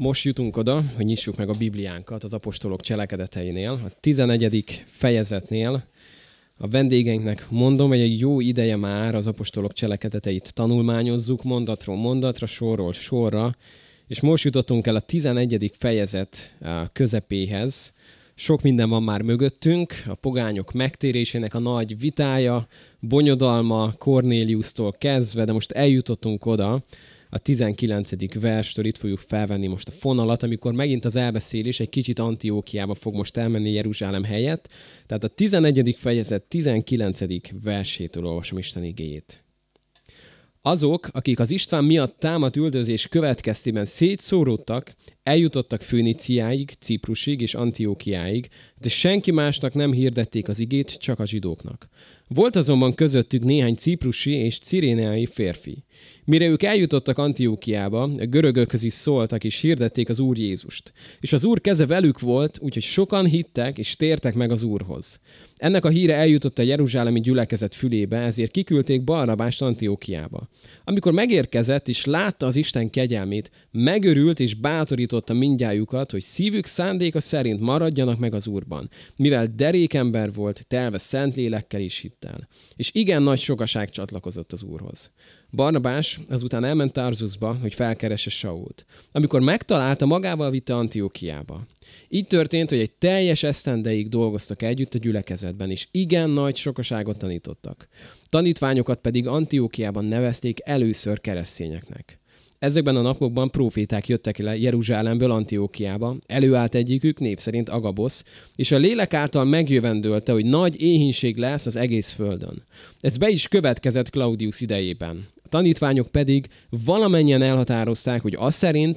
Most jutunk oda, hogy nyissuk meg a Bibliánkat az apostolok cselekedeteinél, a 11. fejezetnél. A vendégeinknek mondom, hogy egy jó ideje már az apostolok cselekedeteit tanulmányozzuk, mondatról mondatra, sorról sorra, és most jutottunk el a 11. fejezet közepéhez. Sok minden van már mögöttünk, a pogányok megtérésének a nagy vitája, bonyodalma Kornéliusztól kezdve, de most eljutottunk oda, a 19. verstől itt fogjuk felvenni most a fonalat, amikor megint az elbeszélés egy kicsit Antiókiába fog most elmenni Jeruzsálem helyett. Tehát a 11. fejezet 19. versétől olvasom Isten igéjét. Azok, akik az István miatt támadt üldözés következtében szétszóródtak, eljutottak Főniciáig, Ciprusig és Antiókiáig, de senki másnak nem hirdették az igét, csak a zsidóknak. Volt azonban közöttük néhány ciprusi és ciréneai férfi. Mire ők eljutottak Antiókiába, a görögökhöz is szóltak és hirdették az Úr Jézust. És az Úr keze velük volt, úgyhogy sokan hittek és tértek meg az Úrhoz. Ennek a híre eljutott a jeruzsálemi gyülekezet fülébe, ezért kiküldték Barnabást Antiókiába. Amikor megérkezett és látta az Isten kegyelmét, megörült és bátorította mindnyájukat, hogy szívük szándéka szerint maradjanak meg az Úrban, mivel derékember volt, telve Szentlélekkel és hittel. És igen nagy sokaság csatlakozott az Úrhoz. Barnabás azután elment Tarzusba, hogy felkeresse Sault. Amikor megtalálta, magával vitte Antiókiába. Így történt, hogy egy teljes esztendeig dolgoztak együtt a gyülekezetben, és igen nagy sokaságot tanítottak. Tanítványokat pedig Antiókiában nevezték először keresztényeknek. Ezekben a napokban próféták jöttek le Jeruzsálemből Antiókiába, előállt egyikük, név szerint Agabosz, és a lélek által megjövendölte, hogy nagy éhínség lesz az egész földön. Ez be is következett Claudius idejében. A tanítványok pedig valamennyien elhatározták, hogy az szerint,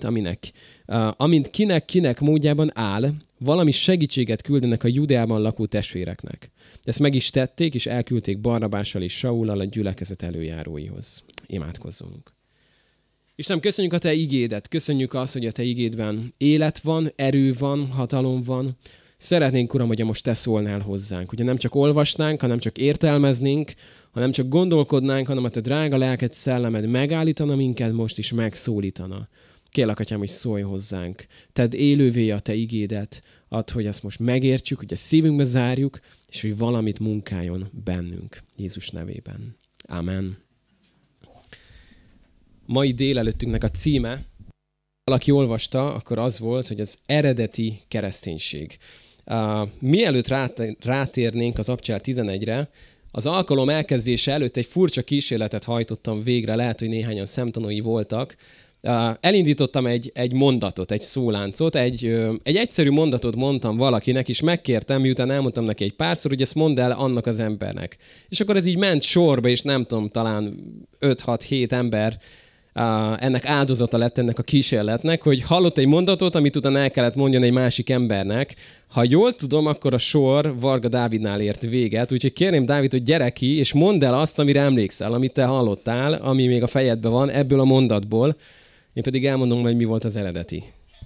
amint kinek módjában áll, valami segítséget küldenek a Judeában lakó testvéreknek. Ezt meg is tették, és elküldték Barnabással és Saullal a gyülekezet előjáróihoz. Imádkozzunk. Istenem, köszönjük a Te igédet, köszönjük azt, hogy a Te igédben élet van, erő van, hatalom van. Szeretnénk, Uram, hogy most Te szólnál hozzánk, hogy nem csak olvasnánk, hanem csak értelmeznénk, hanem csak gondolkodnánk, hanem a Te drága lelked, szellemed megállítana minket most is, megszólítana. Kérlek, Atyám, hogy szólj hozzánk. Tedd élővé a Te igédet, add, hogy ezt most megértsük, hogy ezt szívünkbe zárjuk, és hogy valamit munkáljon bennünk. Jézus nevében. Amen. Mai délelőttünknek a címe, valaki olvasta, akkor az volt, hogy az eredeti kereszténység. Mielőtt rátérnénk az Apcsel 11-re, az alkalom elkezdése előtt egy furcsa kísérletet hajtottam végre, lehet, hogy néhányan szemtanúi voltak. Elindítottam egy mondatot, egy szóláncot, egy egyszerű mondatot mondtam valakinek, és megkértem, miután elmondtam neki egy párszor, hogy ezt mondd el annak az embernek. És akkor ez így ment sorba, és nem tudom, talán 5-6-7 ember ennek áldozata lett ennek a kísérletnek, hogy hallott egy mondatot, amit utána el kellett mondani egy másik embernek. Ha jól tudom, akkor a sor Varga Dávidnál ért véget, úgyhogy kérném Dávid, hogy gyere ki, és mondd el azt, amire emlékszel, amit te hallottál, ami még a fejedben van, ebből a mondatból. Én pedig elmondom, hogy mi volt az eredeti.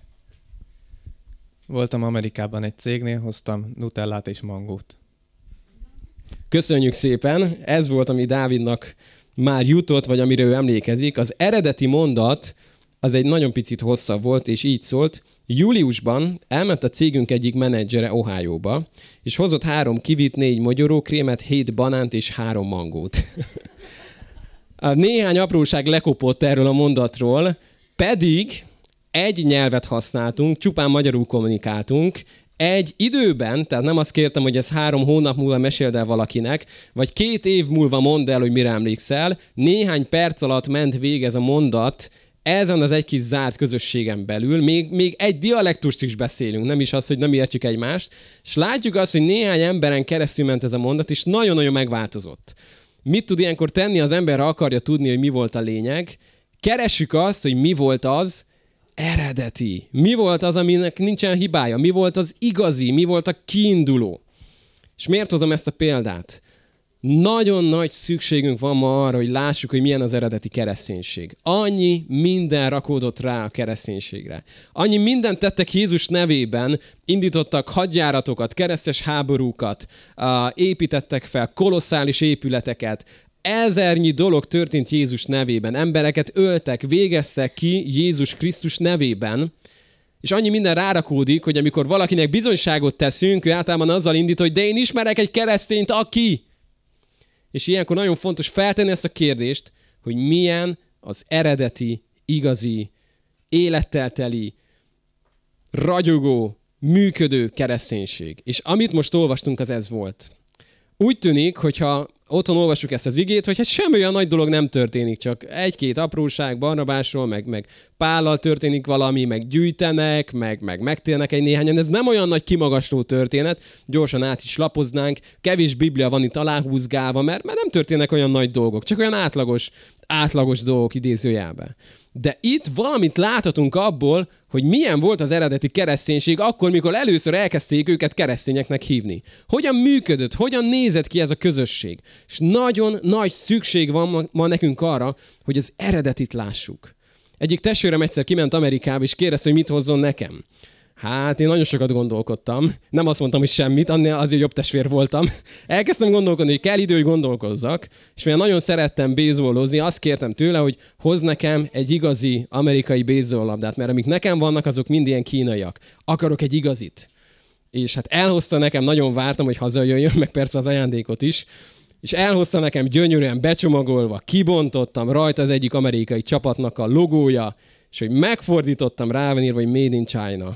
Voltam Amerikában egy cégnél, hoztam nutellát és mangót. Köszönjük szépen, ez volt, ami Dávidnak már jutott, vagy amire ő emlékezik. Az eredeti mondat az egy nagyon picit hosszabb volt, és így szólt. Júliusban elment a cégünk egyik menedzsere Ohioba, és hozott 3 kivit, 4 mogyorókrémet, 7 banánt és 3 mangót. Néhány apróság lekopott erről a mondatról, pedig egy nyelvet használtunk, csupán magyarul kommunikáltunk, egy időben, tehát nem azt kértem, hogy ez 3 hónap múlva meséld el valakinek, vagy 2 év múlva mondd el, hogy mire emlékszel, néhány perc alatt ment végig ez a mondat, ezen az egy kis zárt közösségen belül, még egy dialektust is beszélünk, nem is az, hogy nem értjük egymást, és látjuk azt, hogy néhány emberen keresztül ment ez a mondat, és nagyon-nagyon megváltozott. Mit tud ilyenkor tenni? Az ember akarja tudni, hogy mi volt a lényeg. Keressük azt, hogy mi volt az eredeti. Mi volt az, aminek nincsen hibája? Mi volt az igazi? Mi volt a kiinduló? És miért hozom ezt a példát? Nagyon nagy szükségünk van ma arra, hogy lássuk, hogy milyen az eredeti kereszténység. Annyi minden rakódott rá a kereszténységre. Annyi mindent tettek Jézus nevében, indítottak hadjáratokat, keresztes háborúkat, építettek fel kolosszális épületeket, Ezernyi dolog történt Jézus nevében. Embereket öltek, végeztek ki Jézus Krisztus nevében, És annyi minden rárakódik, hogy amikor valakinek bizonyságot teszünk, ő általában azzal indít, hogy de én ismerek egy keresztényt, aki... És ilyenkor nagyon fontos feltenni ezt a kérdést, hogy milyen az eredeti, igazi, élettel teli, ragyogó, működő kereszténység. És amit most olvastunk, az ez volt. Úgy tűnik, hogyha otthon olvassuk ezt az igét, hogy hát semmi olyan nagy dolog nem történik, csak egy-két apróság Barnabásról, meg Pállal történik valami, meg gyűjtenek, meg megtérnek egy néhányan. Ez nem olyan nagy kimagasló történet, gyorsan át is lapoznánk, kevés Biblia van itt aláhúzgálva, mert nem történnek olyan nagy dolgok, csak olyan átlagos dolgok idézőjelben. De itt valamit láthatunk abból, hogy milyen volt az eredeti kereszténység akkor, mikor először elkezdték őket keresztényeknek hívni. Hogyan működött, hogyan nézett ki ez a közösség. És nagyon nagy szükség van ma nekünk arra, hogy az eredetit lássuk. Egyik testvérem egyszer kiment Amerikába, és kérdezte, hogy mit hozzon nekem. Hát én nagyon sokat gondolkodtam. Nem azt mondtam, hogy semmit, annál azért jobb testvér voltam. Elkezdtem gondolkodni, hogy kell idő, hogy gondolkozzak, és mivel nagyon szerettem baseballozni, azt kértem tőle, hogy hoz nekem egy igazi amerikai baseball-labdát, mert amik nekem vannak, azok mind ilyen kínaiak. Akarok egy igazit. És hát elhozta nekem, nagyon vártam, hogy hazajöjjön, meg persze az ajándékot is, és elhozta nekem gyönyörűen becsomagolva, kibontottam rajta az egyik amerikai csapatnak a logója, és hogy megfordítottam, rá van írva, hogy Made in China.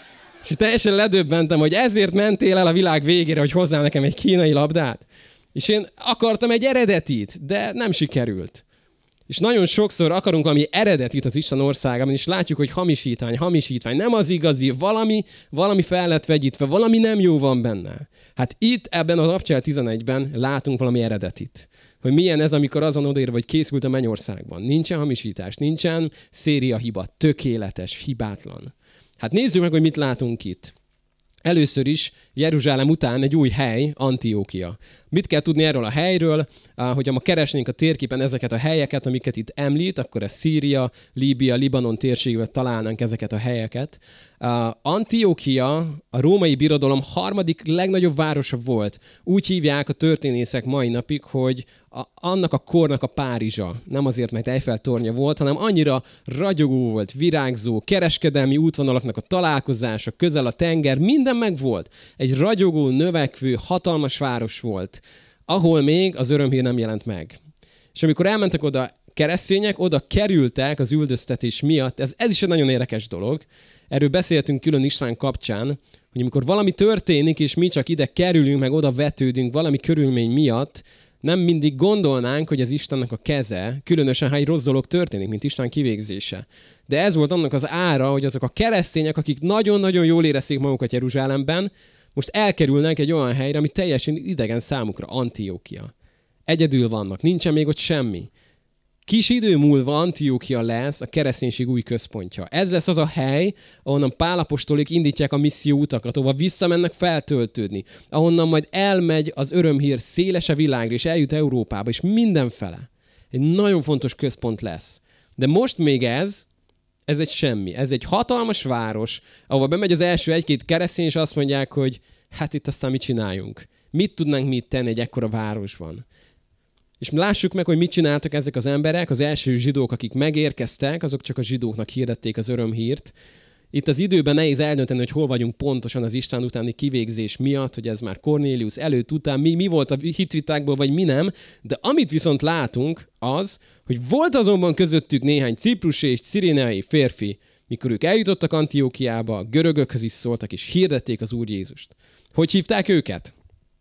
És teljesen ledöbbentem, hogy ezért mentél el a világ végére, hogy hozzám nekem egy kínai labdát. És én akartam egy eredetit, de nem sikerült. És nagyon sokszor akarunk valami eredetit az Isten országában, és látjuk, hogy hamisítvány, nem az igazi, valami fel lett vegyítve, valami nem jó van benne. Hát itt ebben a Napcsel 11-ben látunk valami eredetit. Hogy milyen ez, amikor azon odaírva, hogy készült a mennyországban. Nincsen hamisítás, nincsen szériahiba, tökéletes, hibátlan. Hát nézzük meg, hogy mit látunk itt. Először is Jeruzsálem után egy új hely, Antiókia. Mit kell tudni erről a helyről? Hogyha ma keresnénk a térképen ezeket a helyeket, amiket itt említ, akkor ez Szíria, Líbia, Libanon térségben találnánk ezeket a helyeket. Antiókia a római birodalom harmadik legnagyobb városa volt. Úgy hívják a történészek mai napig, hogy annak a kornak a Párizsa. Nem azért, mert Eiffel tornya volt, hanem annyira ragyogó volt, virágzó, kereskedelmi útvonalaknak a találkozása, közel a tenger, minden megvolt. Egy ragyogó, növekvő, hatalmas város volt, ahol még az örömhír nem jelent meg. És amikor elmentek oda keresztények, oda kerültek az üldöztetés miatt, ez is egy nagyon érdekes dolog. Erről beszéltünk külön István kapcsán, hogy amikor valami történik, és mi csak ide kerülünk, meg oda vetődünk valami körülmény miatt, nem mindig gondolnánk, hogy az Istennek a keze, különösen ha egy rossz dolog történik, mint Isten kivégzése. De ez volt annak az ára, hogy azok a keresztények, akik nagyon-nagyon jól érezték magukat Jeruzsálemben, most elkerülnek egy olyan helyre, ami teljesen idegen számukra, Antiókia. Egyedül vannak, nincsen még ott semmi. Kis idő múlva Antiókia lesz a kereszténység új központja. Ez lesz az a hely, ahonnan Pál apostolik indítják a misszió utakat, ahova visszamennek feltöltődni, ahonnan majd elmegy az örömhír szélese világra, és eljut Európába, és mindenfele. Egy nagyon fontos központ lesz. De most még ez egy semmi. Ez egy hatalmas város, ahova bemegy az első egy-két keresztény, és azt mondják, hogy hát itt aztán mit csináljunk? Mit tudnánk mi itt tenni egy ekkora városban? És lássuk meg, hogy mit csináltak ezek az emberek, az első zsidók, akik megérkeztek, azok csak a zsidóknak hirdették az örömhírt. Itt az időben nehéz eldönteni, hogy hol vagyunk pontosan az Isten utáni kivégzés miatt, hogy ez már Kornéliusz előtt, után, mi volt a hitvitákból, vagy mi nem. De amit viszont látunk az, hogy volt azonban közöttük néhány ciprusi és ciréneai férfi, mikor ők eljutottak Antiókiába, görögökhöz is szóltak, és hirdették az Úr Jézust. Hogy hívták őket?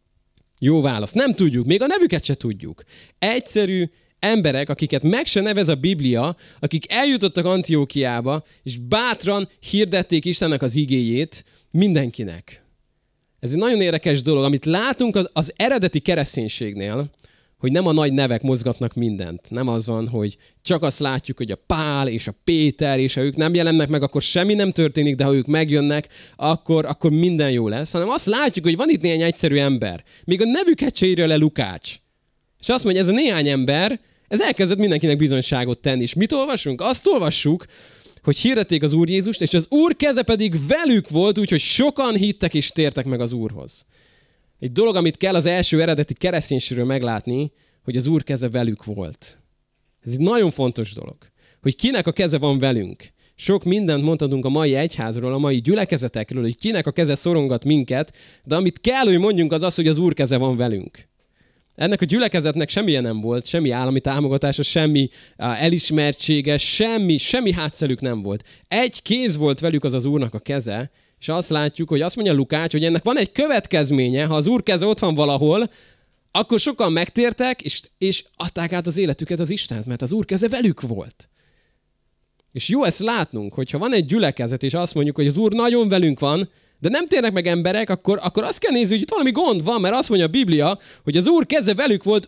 Jó válasz. Nem tudjuk, még a nevüket se tudjuk. Egyszerű emberek, akiket meg se nevez a Biblia, akik eljutottak Antiókiába, és bátran hirdették Istennek az igéjét mindenkinek. Ez egy nagyon érdekes dolog, amit látunk az eredeti kereszténységnél, hogy nem a nagy nevek mozgatnak mindent. Nem az van, hogy csak azt látjuk, hogy a Pál és a Péter, és ha ők nem jelennek meg, akkor semmi nem történik, de ha ők megjönnek, akkor minden jó lesz. Hanem azt látjuk, hogy van itt néhány egyszerű ember. Még a nevüket se írja le Lukács. És azt mondja, ez a néhány ember, ez elkezdett mindenkinek bizonyságot tenni. És mit olvasunk? Azt olvassuk, hogy hirdették az Úr Jézust, és az Úr keze pedig velük volt, úgyhogy sokan hittek és tértek meg az Úrhoz. Egy dolog, amit kell az első eredeti kereszténységről meglátni, hogy az Úr keze velük volt. Ez egy nagyon fontos dolog. Hogy kinek a keze van velünk. Sok mindent mondhatunk a mai egyházról, a mai gyülekezetekről, hogy kinek a keze szorongat minket, de amit kell, hogy mondjunk, az az, hogy az Úr keze van velünk. Ennek a gyülekezetnek semmilyen nem volt, semmi állami támogatása, semmi elismertsége, semmi hátszelük nem volt. Egy kéz volt velük az Úrnak a keze, és azt látjuk, hogy azt mondja Lukács, hogy ennek van egy következménye, ha az Úr keze ott van valahol, akkor sokan megtértek, és adták át az életüket az Istenhez, mert az Úr keze velük volt. És jó ezt látnunk, hogyha van egy gyülekezet, és azt mondjuk, hogy az Úr nagyon velünk van, de nem térnek meg emberek, akkor azt kell nézni, hogy itt valami gond van, mert azt mondja a Biblia, hogy az Úr keze velük volt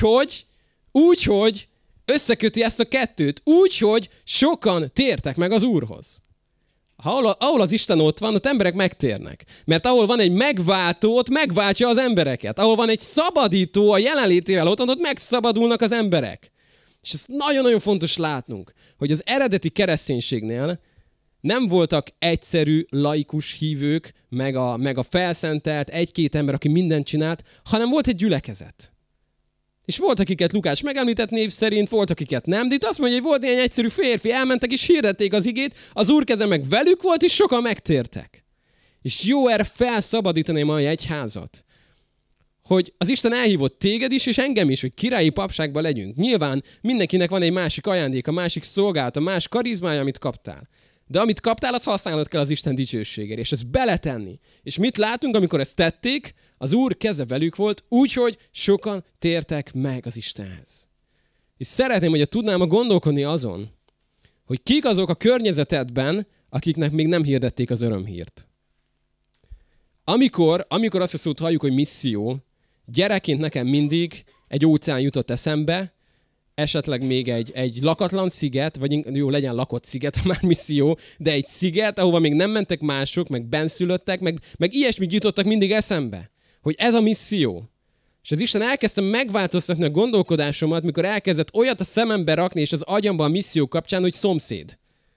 úgy, hogy összeköti ezt a kettőt, úgy, hogy sokan tértek meg az Úrhoz. Ahol az Isten ott van, ott emberek megtérnek. Mert ahol van egy megváltó, ott megváltja az embereket. Ahol van egy szabadító a jelenlétével ott megszabadulnak az emberek. És ez nagyon-nagyon fontos látnunk, hogy az eredeti kereszténységnél nem voltak egyszerű, laikus hívők, meg a felszentelt egy-két ember, aki mindent csinált, hanem volt egy gyülekezet. És volt, akiket Lukács megemlített név szerint, volt, akiket nem, de itt azt mondja, hogy volt ilyen egyszerű férfi, elmentek és hirdették az igét, az Úr keze meg velük volt, és sokan megtértek. És jó erre felszabadítani a mai egyházat, hogy az Isten elhívott téged is, és engem is, hogy királyi papságban legyünk. Nyilván mindenkinek van egy másik ajándéka, másik szolgálata, más karizmája, amit kaptál. De amit kaptál, azt használnod kell az Isten dicsőségére, és ezt beletenni. És mit látunk, amikor ezt tették? Az Úr keze velük volt, úgyhogy sokan tértek meg az Istenhez. És szeretném, hogy tudnám gondolkodni azon, hogy kik azok a környezetedben, akiknek még nem hirdették az örömhírt. Amikor azt a szót halljuk, hogy misszió, gyerekként nekem mindig egy óceán jutott eszembe, esetleg még egy lakatlan sziget, vagy jó, legyen lakott sziget, ha már misszió, de egy sziget, ahova még nem mentek mások, meg benszülöttek, meg ilyesmit jutottak mindig eszembe, hogy ez a misszió. És az Isten elkezdte megváltoztatni a gondolkodásomat, mikor elkezdett olyat a szemembe rakni, és az agyamba a misszió kapcsán, hogy szomszéd.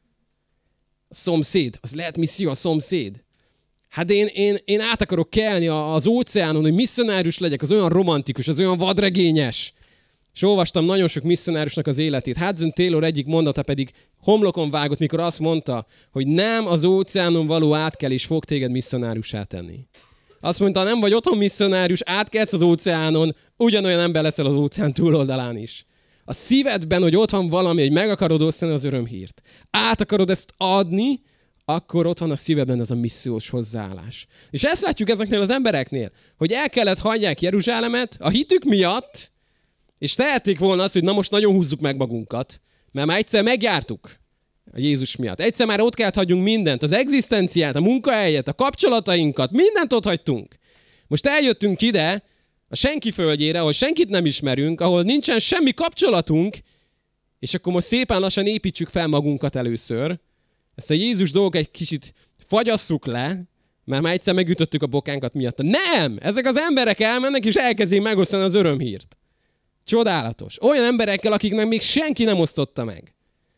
A szomszéd, az lehet misszió, a szomszéd. Hát én át akarok kelni az óceánon, hogy misszionárius legyek, az olyan romantikus, az olyan vadregényes. És olvastam nagyon sok misszionárusnak az életét. Hudson Taylor egyik mondata pedig homlokon vágott, mikor azt mondta, hogy nem az óceánon való átkelés fog téged misszionáriussá tenni. Azt mondta, nem vagy otthon misszionárius, átkelsz az óceánon, ugyanolyan ember leszel az óceán túloldalán is. A szívedben, hogy ott van valami, hogy meg akarod osztani az örömhírt. Át akarod ezt adni, akkor ott van a szívedben ez a missziós hozzáállás. És ezt látjuk ezeknél az embereknél, hogy el kellett hagyják Jeruzsálemet a hitük miatt, és tehették volna azt, hogy na most nagyon húzzuk meg magunkat, mert már egyszer megjártuk a Jézus miatt. Egyszer már ott kellett hagyjunk mindent, az egzisztenciát, a munkahelyet, a kapcsolatainkat, mindent ott hagytunk. Most eljöttünk ide, a senki földjére, ahol senkit nem ismerünk, ahol nincsen semmi kapcsolatunk, és akkor most szépen lassan építsük fel magunkat először. Ezt a Jézus dolgok egy kicsit fagyasszuk le, mert már egyszer megütöttük a bokánkat miatt. Nem! Ezek az emberek elmennek, és elkezdik megosztani az örömhírt. Csodálatos. Olyan emberekkel, akiknek még senki nem osztotta meg.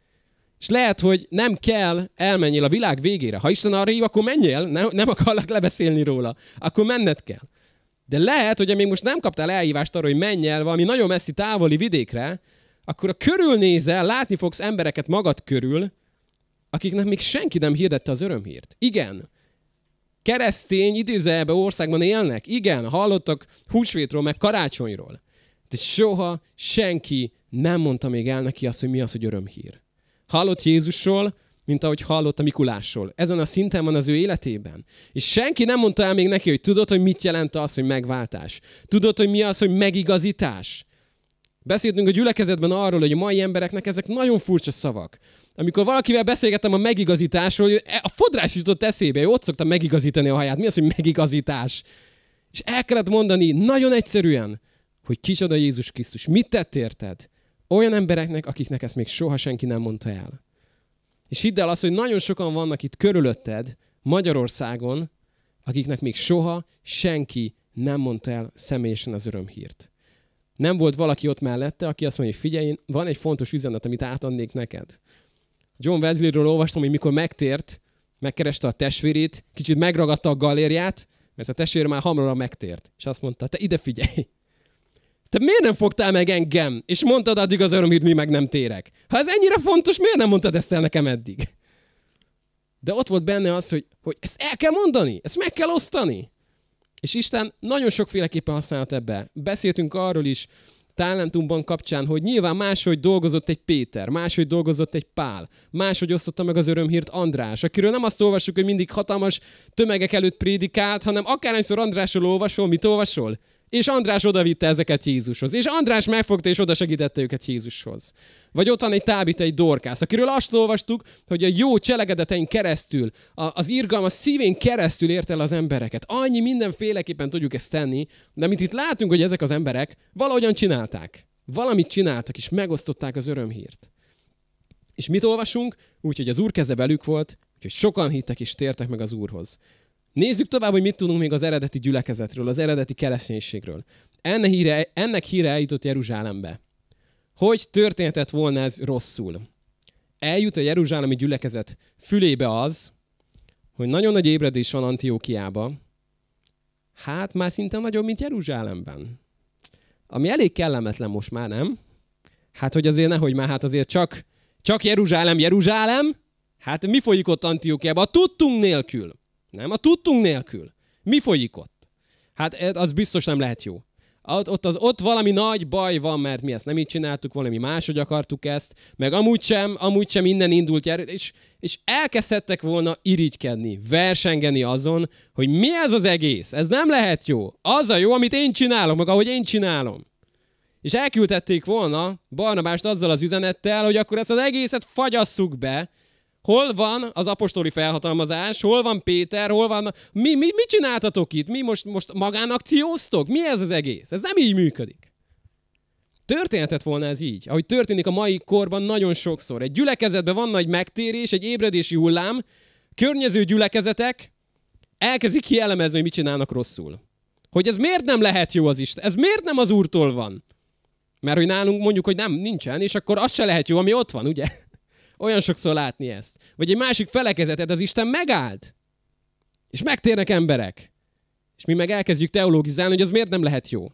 És lehet, hogy nem kell elmenjél a világ végére. Ha Isten arra hív, akkor menjél, nem akarlak lebeszélni róla. Akkor menned kell. De lehet, hogy még most nem kaptál elhívást arra, hogy menj el valami nagyon messzi távoli vidékre, akkor a körülnézel, látni fogsz embereket magad körül, akiknek még senki nem hirdette az örömhírt. Igen. Keresztény idézőjelben országban élnek. Igen, hallottak húsvétról, meg karácsonyról. De soha senki nem mondta még el neki azt, hogy mi az, hogy örömhír. Hallott Jézusról, mint ahogy hallott a Mikulásról. Ezen a szinten van az ő életében. És senki nem mondta el még neki, hogy tudod, hogy mit jelent az, hogy megváltás. Tudod, hogy mi az, hogy megigazítás. Beszéltünk a gyülekezetben arról, hogy a mai embereknek ezek nagyon furcsa szavak. Amikor valakivel beszélgettem a megigazításról, a fodrás jutott eszébe, hogy ott szoktam megigazítani a haját. Mi az, hogy megigazítás? És el kellett mondani nagyon egyszerűen, hogy kicsoda Jézus Krisztus. Mit tett érted? Olyan embereknek, akiknek ezt még soha senki nem mondta el. És hidd el azt, hogy nagyon sokan vannak itt körülötted, Magyarországon, akiknek még soha senki nem mondta el személyesen az örömhírt. Nem volt valaki ott mellette, aki azt mondja, hogy figyelj, van egy fontos üzenet, amit átadnék neked. John Wesleyről olvastam, hogy mikor megtért, megkereste a testvérét, kicsit megragadta a galériát, mert a testvér már hamarabb megtért. És azt mondta, te ide figyelj! Te miért nem fogtál meg engem, és mondtad addig az örömhírt, mi meg nem térek? Ha ez ennyire fontos, miért nem mondtad ezt el nekem eddig? De ott volt benne az, hogy ezt el kell mondani, ezt meg kell osztani. És Isten nagyon sokféleképpen használt ebbe. Beszéltünk arról is Talentumban kapcsán, hogy nyilván máshogy dolgozott egy Péter, máshogy dolgozott egy Pál, máshogy osztotta meg az örömhírt András, akiről nem azt olvassuk, hogy mindig hatalmas tömegek előtt prédikált, hanem akárhányszor Andrásról olvasol, mit olvasol? És András odavitte ezeket Jézushoz. És András megfogta és oda segítette őket Jézushoz. Vagy ott van egy Tábita, egy Dorkász, akiről azt olvastuk, hogy a jó cselekedetein keresztül, az irgalmas szívén keresztül ért el az embereket. Annyi mindenféleképpen tudjuk ezt tenni, de amit itt látunk, hogy ezek az emberek valahogyan csinálták. Valamit csináltak, és megosztották az örömhírt. És mit olvasunk? Úgyhogy az Úr keze velük volt, úgyhogy sokan hittek és tértek meg az Úrhoz. Nézzük tovább, hogy mit tudunk még az eredeti gyülekezetről, az eredeti kereszténységről. Ennek híre eljutott Jeruzsálembe. Hogy történhetett volna ez rosszul? Eljut a jeruzsálemi gyülekezet fülébe az, hogy nagyon nagy ébredés van Antiókiában. Hát már szinte nagyobb, mint Jeruzsálemben. Ami elég kellemetlen most már, nem? Hát, hogy azért nehogy már, hát azért csak Jeruzsálem. Hát mi folyik ott Antiókiában? A tudtunk nélkül. Nem, a tudtunk nélkül. Mi folyik ott? Hát az biztos nem lehet jó. Ott valami nagy baj van, mert mi ezt nem így csináltuk, valami máshogy akartuk ezt, meg amúgy sem innen indult, és elkezdhettek volna irigykedni, versengeni azon, hogy mi ez az egész, ez nem lehet jó. Az a jó, amit én csinálok, meg ahogy én csinálom. És elküldtették volna Barnabást azzal az üzenettel, hogy akkor ezt az egészet fagyasszuk be. Hol van az apostoli felhatalmazás? Hol van Péter? Hol van... Mit csináltatok itt? Mi most magánakcióztok? Mi ez az egész? Ez nem így működik. Történhetett volna ez így, ahogy történik a mai korban nagyon sokszor. Egy gyülekezetben van nagy megtérés, egy ébredési hullám, környező gyülekezetek elkezdik kielemezni, hogy mit csinálnak rosszul. Hogy ez miért nem lehet jó az Isten? Ez miért nem az Úrtól van? Mert hogy nálunk mondjuk, hogy nincsen, és akkor az se lehet jó, ami ott van, ugye? Olyan sokszor látni ezt. Vagy egy másik felekezetet az Isten megállt. És megtérnek emberek. És mi meg elkezdjük teológizálni, hogy az miért nem lehet jó.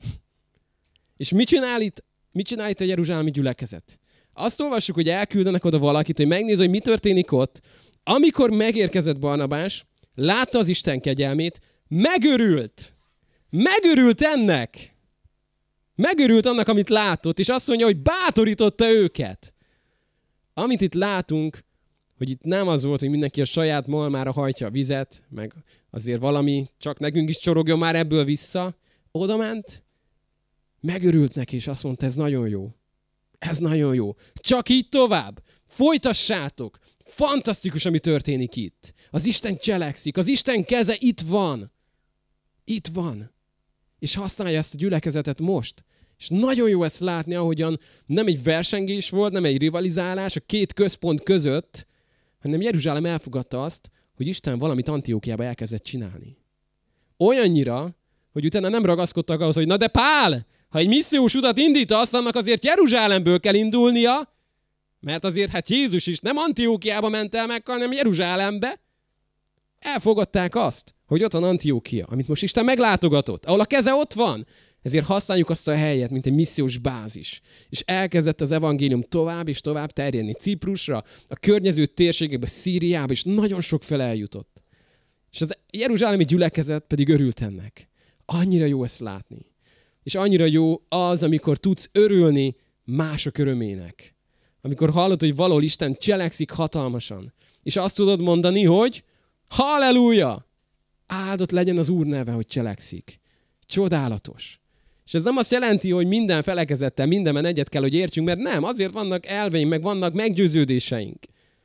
És mit csinál itt a jeruzsálemi gyülekezet? Azt olvassuk, hogy elküldenek oda valakit, hogy megnézze, hogy mi történik ott. Amikor megérkezett Barnabás, látta az Isten kegyelmét, megörült. Megörült ennek. Megörült annak, amit látott, és azt mondja, hogy bátorította őket. Amit itt látunk, hogy itt nem az volt, hogy mindenki a saját malmára hajtja a vizet, meg azért valami, csak nekünk is csorogjon már ebből vissza. Oda ment, megörült neki, és azt mondta, ez nagyon jó. Ez nagyon jó. Csak így tovább. Folytassátok. Fantasztikus, ami történik itt. Az Isten cselekszik, az Isten keze itt van. Itt van. És használja ezt a gyülekezetet most. És nagyon jó ezt látni, ahogyan nem egy versengés volt, nem egy rivalizálás a két központ között, hanem Jeruzsálem elfogadta azt, hogy Isten valamit Antiókiában elkezdett csinálni. Olyannyira, hogy utána nem ragaszkodtak ahhoz, hogy na de Pál, ha egy missziós utat indítasz, annak azért Jeruzsálemből kell indulnia, mert azért hát Jézus is nem Antiókiába ment el meg, hanem Jeruzsálembe. Elfogadták azt, hogy ott van Antiókia, amit most Isten meglátogatott, ahol a keze ott van. Ezért használjuk azt a helyet, mint egy missziós bázis. És elkezdett az evangélium tovább és tovább terjedni Ciprusra, a környező térségekbe, Szíriába, és nagyon sok fele eljutott. És az jeruzsálemi gyülekezet pedig örült ennek. Annyira jó ezt látni. És annyira jó az, amikor tudsz örülni mások örömének. Amikor hallod, hogy valahol Isten cselekszik hatalmasan. És azt tudod mondani, hogy halleluja! Áldott legyen az Úr neve, hogy cselekszik. Csodálatos. És ez nem azt jelenti, hogy minden felekezettel, mindenben egyet kell, hogy értsünk, mert nem, azért vannak elveink, meg vannak meggyőződéseink.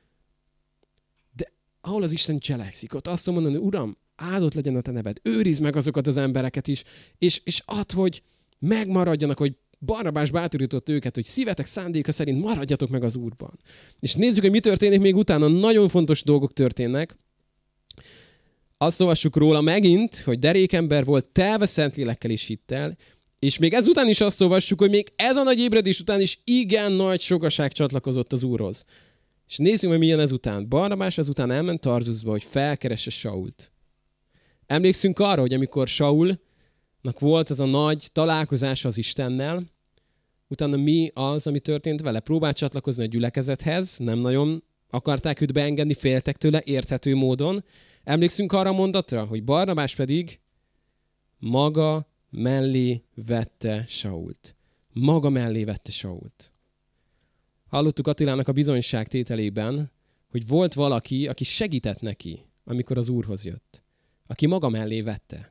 De ahol az Isten cselekszik, ott azt mondani, hogy Uram, áldott legyen a te neved, őrizd meg azokat az embereket is, és add, hogy megmaradjanak, hogy Barnabás bátorított őket, hogy szívetek szándéka szerint maradjatok meg az Úrban. És nézzük, hogy mi történik még utána. Nagyon fontos dolgok történnek. Azt olvassuk róla megint, hogy derékember volt, telve Szentlélekkel és hittel, és még ezután is azt olvassuk, hogy még ez a nagy ébredés után is igen nagy sokaság csatlakozott az Úrhoz. És nézzük, hogy milyen ezután. Barnabás azután elment Tarzusba, hogy felkeresse Sault. Emlékszünk arra, hogy amikor Saulnak volt az a nagy találkozása az Istennel, utána mi az, ami történt vele? Próbált csatlakozni a gyülekezethez, nem nagyon Akarták őt beengedni, féltek tőle érthető módon. Emlékszünk arra a mondatra, hogy Barnabás pedig maga mellé vette Sault. Maga mellé vette Sault. Hallottuk Attilának a bizonyságtételében, hogy volt valaki, aki segített neki, amikor az Úrhoz jött. Aki maga mellé vette.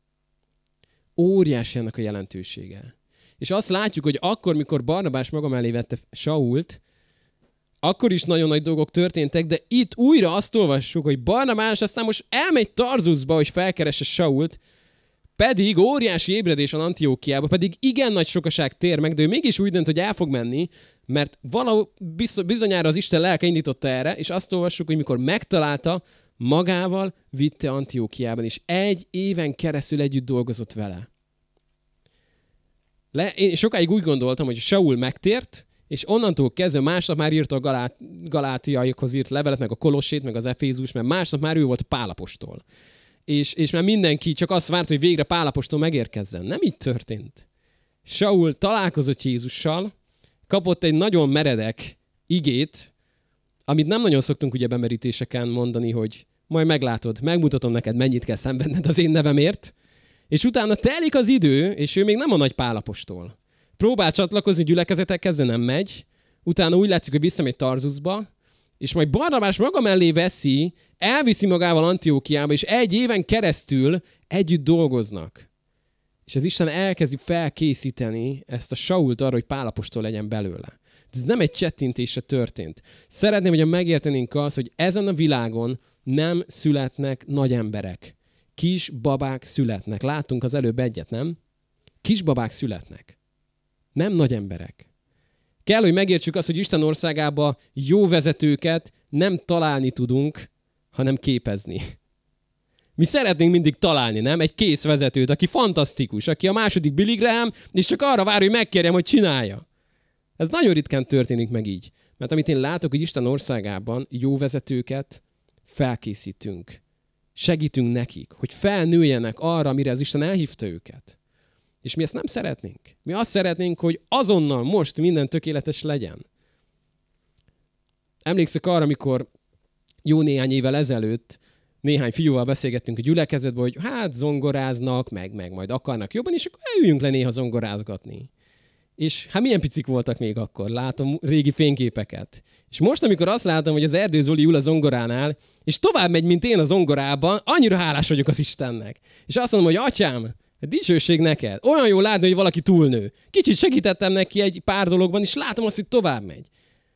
Óriási ennek a jelentősége. És azt látjuk, hogy akkor, mikor Barnabás maga mellé vette Sault, akkor is nagyon nagy dolgok történtek, de itt újra azt olvassuk, hogy Barnabás aztán most elmegy Tarzuszba, hogy felkeresse Sault, pedig óriási ébredés van Antiókiába, pedig igen nagy sokaság tér meg, de ő mégis úgy dönt, hogy el fog menni, mert valahol bizonyára az Isten lelke indította erre, és azt olvassuk, hogy mikor megtalálta, magával vitte Antiókiában, és 1 éven keresztül együtt dolgozott vele. Én sokáig úgy gondoltam, hogy Saul megtért, és onnantól kezdve másnap már írta a galátiaiakhoz írt levelet, meg a Kolossét, meg az Efézus, mert másnap már ő volt a Pál apostol. És már mindenki csak azt várt, hogy végre Pál apostol megérkezzen. Nem így történt. Saul találkozott Jézussal, kapott egy nagyon meredek igét, amit nem nagyon szoktunk ugye bemerítéseken mondani, hogy majd meglátod, megmutatom neked, mennyit kell szenvedned az én nevemért, és utána telik az idő, és ő még nem a nagy Pál apostol. Próbál csatlakozni gyülekezetekhez, de nem megy, utána úgy látszik, hogy visszamegy Tarzuszba, és majd Barnabás maga mellé veszi, elviszi magával Antiókiába, és 1 éven keresztül együtt dolgoznak. És az Isten elkezdi felkészíteni ezt a Sault arra, hogy Pál apostol legyen belőle. Ez nem egy csettintésre történt. Szeretném, hogy megértenénk azt, hogy ezen a világon nem születnek nagy emberek. Kis babák születnek. Láttunk az előbb egyet, nem? Kis babák születnek. Nem nagy emberek. Kell, hogy megértsük azt, hogy Isten országába jó vezetőket nem találni tudunk, hanem képezni. Mi szeretnénk mindig találni, nem? Egy kész vezetőt, aki fantasztikus, aki a második Billy Graham, és csak arra vár, hogy megkérjem, hogy csinálja. Ez nagyon ritkán történik meg így. Mert amit én látok, hogy Isten országában jó vezetőket felkészítünk. Segítünk nekik, hogy felnőjenek arra, amire az Isten elhívta őket. És mi ezt nem szeretnénk. Mi azt szeretnénk, hogy azonnal most minden tökéletes legyen. Emlékszek arra, amikor jó néhány évvel ezelőtt néhány fiúval beszélgettünk a gyülekezetben, hogy hát zongoráznak, meg majd akarnak jobban, és akkor üljünk le néha zongorázgatni. És hát milyen picik voltak még akkor, látom régi fényképeket. És most, amikor azt látom, hogy az Erdő Zoli ül a zongoránál, és tovább megy, mint én a zongorában, annyira hálás vagyok az Istennek. És azt mondom, hogy atyám, dicsőség neked. Olyan jó látni, hogy valaki túlnő. Kicsit segítettem neki egy pár dologban, és látom azt, hogy tovább megy.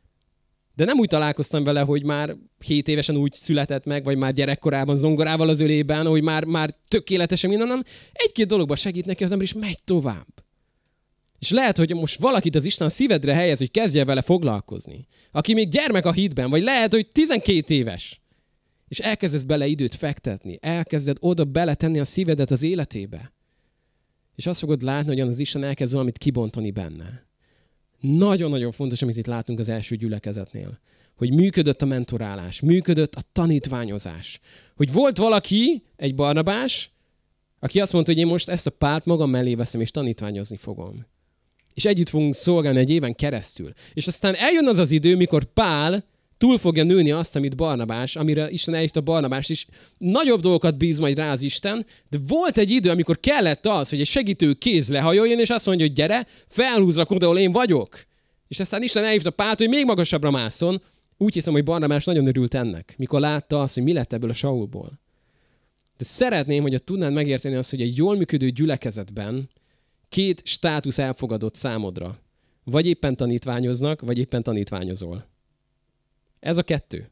De nem úgy találkoztam vele, hogy már 7 évesen úgy született meg, vagy már gyerekkorában zongorával az ölében, hogy már tökéletesen minden, hanem 1-2 dologban segít neki az ember, és megy tovább. És lehet, hogy most valakit az Isten szívedre helyez, hogy kezdje vele foglalkozni. Aki még gyermek a hitben, vagy lehet, hogy 12 éves. És elkezdesz bele időt fektetni, elkezded oda beletenni a szívedet az életébe. És azt fogod látni, hogy az Isten elkezd valamit kibontani benne. Nagyon-nagyon fontos, amit itt látunk az első gyülekezetnél. Hogy működött a mentorálás, működött a tanítványozás. Hogy volt valaki, egy Barnabás, aki azt mondta, hogy én most ezt a Pált magam mellé veszem, és tanítványozni fogom. És együtt fogunk szolgálni 1 éven keresztül. És aztán eljön az az idő, mikor Pál túl fogja nőni azt, amit Barnabás, amire Isten elhívta Barnabást is. Nagyobb dolgokat bíz majd rá az Isten, de volt egy idő, amikor kellett az, hogy egy segítő kéz lehajoljon, és azt mondja, hogy gyere, felhúzlak oda, ahol én vagyok. És aztán Isten elhívta Pált, hogy még magasabbra másszon. Úgy hiszem, hogy Barnabás nagyon örült ennek, mikor látta azt, hogy mi lett ebből a Saulból. De szeretném, hogy tudnád megérteni azt, hogy egy jól működő gyülekezetben 2 státusz elfogadott számodra. Vagy éppen tanítványoznak, vagy éppen tanítványozol. Ez a 2.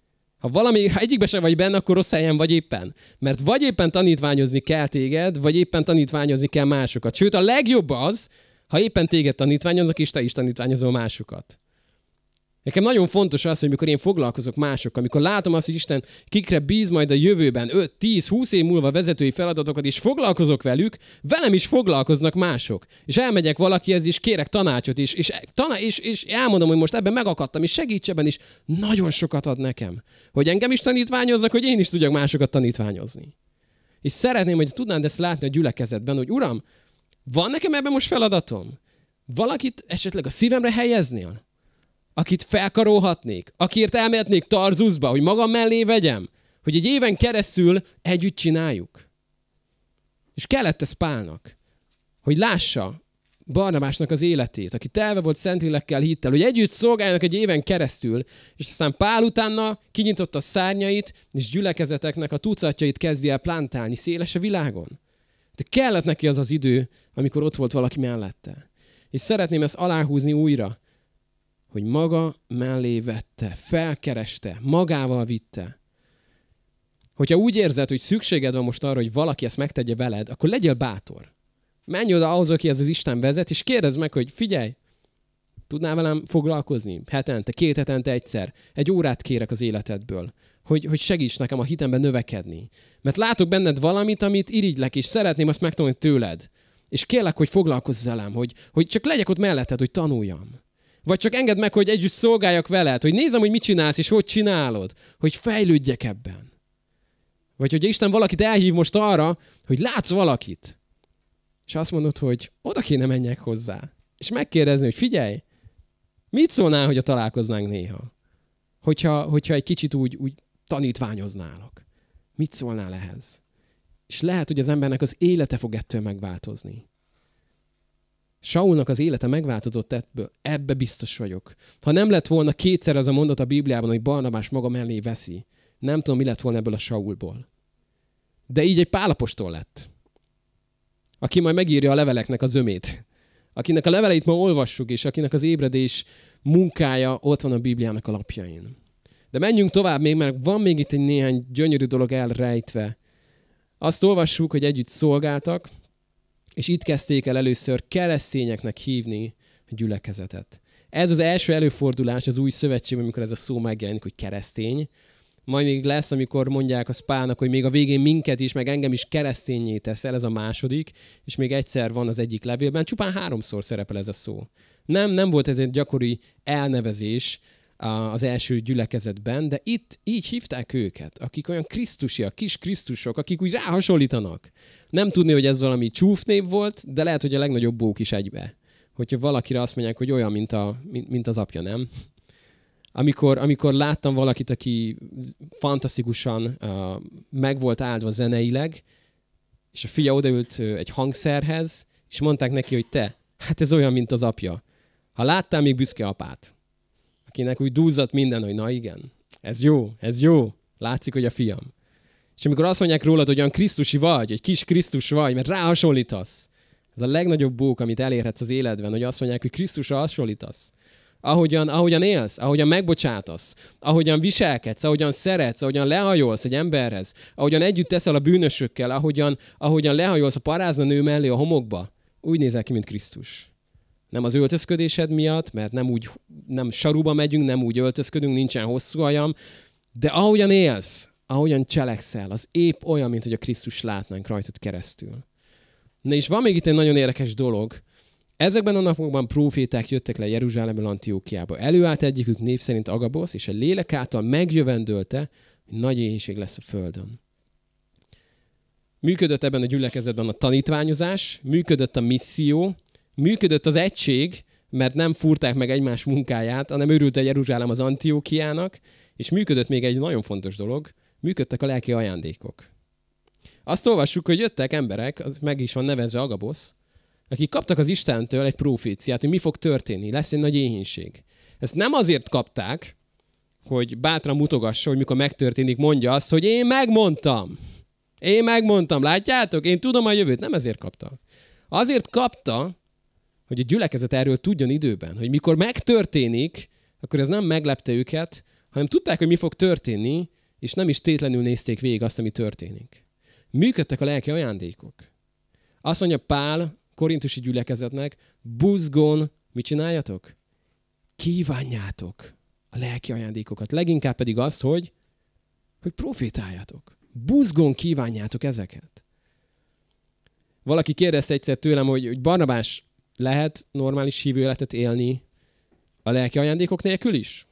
Ha egyikbe sem vagy benne, akkor rossz helyen vagy éppen. Mert vagy éppen tanítványozni kell téged, vagy éppen tanítványozni kell másokat. Sőt, a legjobb az, ha éppen téged tanítványoznak, és te is tanítványozol másokat. Nekem nagyon fontos az, hogy mikor én foglalkozok másokkal, amikor látom azt, hogy Isten kikre bíz majd a jövőben 5, 10, 20 év múlva vezetői feladatokat, és foglalkozok velük, velem is foglalkoznak mások. És elmegyek valakihez, és kérek tanácsot, és elmondom, hogy most ebben megakadtam, és segíts ebben is. Nagyon sokat ad nekem, hogy engem is tanítványoznak, hogy én is tudjak másokat tanítványozni. És szeretném, hogy tudnád ezt látni a gyülekezetben, hogy Uram, van nekem ebben most feladatom? Valakit esetleg a szívemre helyeznél? akit felkarolhatnék, akiért elmehetnék Tarzuszba, hogy magam mellé vegyem, hogy egy éven keresztül együtt csináljuk. És kellett ez Pálnak, hogy lássa Barnabásnak az életét, aki telve volt Szentlélekkel, hittel, hogy együtt szolgáljanak egy éven keresztül, és aztán Pál utána kinyitotta a szárnyait, és gyülekezeteknek a tucatjait kezdi el plántálni széles a világon. De kellett neki az az idő, amikor ott volt valaki mellette. És szeretném ezt aláhúzni újra, hogy maga mellé vette, felkereste, magával vitte. Hogyha úgy érzed, hogy szükséged van most arra, hogy valaki ezt megtegye veled, akkor legyél bátor. Menj oda ahhoz, aki ez az Isten vezet, és kérdezd meg, hogy figyelj, tudnál velem foglalkozni? Hetente, 2 hetente egyszer. 1 órát kérek az életedből, hogy segíts nekem a hitemben növekedni. Mert látok benned valamit, amit irigylek, és szeretném azt megtanulni tőled. És kérlek, hogy foglalkozz velem, hogy csak legyek ott melletted, hogy tanuljam. Vagy csak engedd meg, hogy együtt szolgáljak veled, hogy nézzem, hogy mit csinálsz, és hogy csinálod, hogy fejlődjek ebben. Vagy hogy Isten valakit elhív most arra, hogy látsz valakit, és azt mondod, hogy oda kéne menjek hozzá. És megkérdezni, hogy figyelj, mit szólnál, hogyha találkoznánk néha? Hogyha egy kicsit úgy tanítványoználok. Mit szólnál ehhez? És lehet, hogy az embernek az élete fog ettől megváltozni. Saulnak az élete megváltozott ebbe biztos vagyok. Ha nem lett volna 2-szer az a mondat a Bibliában, hogy Barnabás maga mellé veszi, nem tudom, mi lett volna ebből a Saulból. De így egy Pál apostol lett, aki majd megírja a leveleknek a zömét. Akinek a leveleit ma olvassuk, és akinek az ébredés munkája ott van a Bibliának a lapjain. De menjünk tovább még, mert van még itt egy néhány gyönyörű dolog elrejtve. Azt olvassuk, hogy együtt szolgáltak, és itt kezdték el először keresztényeknek hívni a gyülekezetet. Ez az első előfordulás az új szövetségben, amikor ez a szó megjelenik, hogy keresztény. Majd még lesz, amikor mondják a Pálnak, hogy még a végén minket is, meg engem is kereszténnyé teszel, ez a második, és még egyszer van az egyik levélben, csupán 3-szor szerepel ez a szó. Nem volt ez egy gyakori elnevezés az első gyülekezetben, de itt így hívták őket, akik olyan krisztusiak, kis krisztusok, akik úgy ráhasonlítanak. Nem tudni, hogy ez valami csúfnév volt, de lehet, hogy a legnagyobb bók is egybe. Hogyha valakire azt mondják, hogy olyan, mint az apja, nem? Amikor láttam valakit, aki fantasztikusan meg volt áldva zeneileg, és a fia odaült egy hangszerhez, és mondták neki, hogy te, hát ez olyan, mint az apja. Ha láttál még büszke apát, akinek úgy dúzzadt minden, hogy na igen, ez jó, látszik, hogy a fiam. És amikor azt mondják rólad, hogy olyan krisztusi vagy, egy kis Krisztus vagy, mert ráhasonlítasz, ez a legnagyobb bók, amit elérhetsz az életben, hogy azt mondják, hogy Krisztusra hasonlítasz. Ahogyan élsz, ahogyan megbocsátasz, ahogyan viselkedsz, ahogyan szeretsz, ahogyan lehajolsz egy emberhez, ahogyan együtt teszel a bűnösökkel, ahogyan lehajolsz a parázna nő mellé a homokba, úgy nézel ki, mint Krisztus. Nem az öltözködésed miatt, mert nem saruba megyünk, nem úgy öltözködünk, nincsen hosszú hajam, de ahogyan élsz, ahogyan cselekszel, az épp olyan, mint hogy a Krisztus látnánk rajtad keresztül. Na és van még itt egy nagyon érdekes dolog. Ezekben a napokban próféták jöttek le Jeruzsálemből Antiókiába. Előállt egyikük név szerint Agabosz, és a lélek által megjövendölte, hogy nagy éhínség lesz a földön. Működött ebben a gyülekezetben a tanítványozás, működött a misszió, működött az egység, mert nem fúrták meg egymás munkáját, hanem örült a Jeruzsálem az Antiókiának, és működött még egy nagyon fontos dolog, működtek a lelki ajándékok. Azt olvassuk, hogy jöttek emberek, az meg is van nevezve Agabosz, akik kaptak az Istentől egy proféciát, hogy mi fog történni, lesz egy nagy éhínség. Ezt nem azért kapták, hogy bátran mutogassa, hogy mikor megtörténik, mondja azt, hogy én megmondtam, látjátok? Én tudom a jövőt. Nem ezért kapta. Azért kapta, hogy a gyülekezet erről tudjon időben, hogy mikor megtörténik, akkor ez nem meglepte őket, hanem tudták, hogy mi fog történni, és nem is tétlenül nézték végig azt, ami történik. Működtek a lelki ajándékok. Azt mondja Pál korintusi gyülekezetnek, buzgón, mit csináljatok? Kívánjátok a lelki ajándékokat. Leginkább pedig az, hogy profétáljatok. Buzgón kívánjátok ezeket. Valaki kérdezte egyszer tőlem, hogy Barnabás, lehet normális hívő életet élni a lelki ajándékok nélkül is?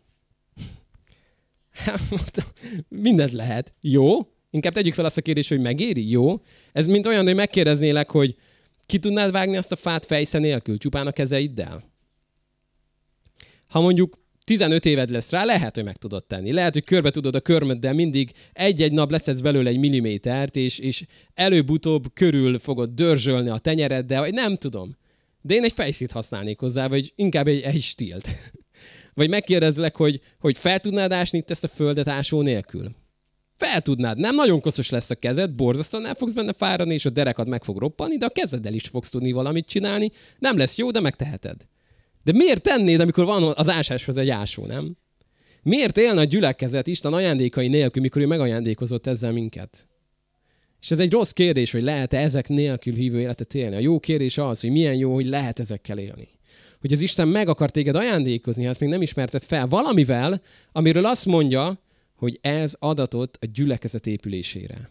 Mindent lehet. Jó? Inkább tegyük fel azt a kérdést, hogy megéri? Jó? Ez mint olyan, hogy megkérdeznélek, hogy ki tudnád vágni azt a fát fejsze nélkül, csupán a kezeiddel? Ha mondjuk 15 éved lesz rá, lehet, hogy meg tudod tenni. Lehet, hogy körbe tudod a körmöddel mindig egy-egy nap leszedsz belőle egy millimétert, és előbb-utóbb körül fogod dörzsölni a tenyereddel, vagy nem tudom. De én egy fejszét használnék hozzá, vagy inkább egy stílt. Vagy megkérdezlek, hogy fel tudnád ásni itt ezt a földet ásó nélkül? Fel tudnád, nem? Nagyon koszos lesz a kezed, borzasztóan el fogsz benne fáradni, és a derekad meg fog roppanni, de a kezeddel is fogsz tudni valamit csinálni. Nem lesz jó, de megteheted. De miért tennéd, amikor van az ásáshoz egy ásó, nem? Miért élne a gyülekezet Isten ajándékai nélkül, mikor ő megajándékozott ezzel minket? És ez egy rossz kérdés, hogy lehet-e ezek nélkül hívő életet élni. A jó kérdés az, hogy milyen jó, hogy lehet ezekkel élni. Hogy az Isten meg akar téged ajándékozni, ha ezt még nem ismerted fel valamivel, amiről azt mondja, hogy ez adatot a gyülekezet épülésére.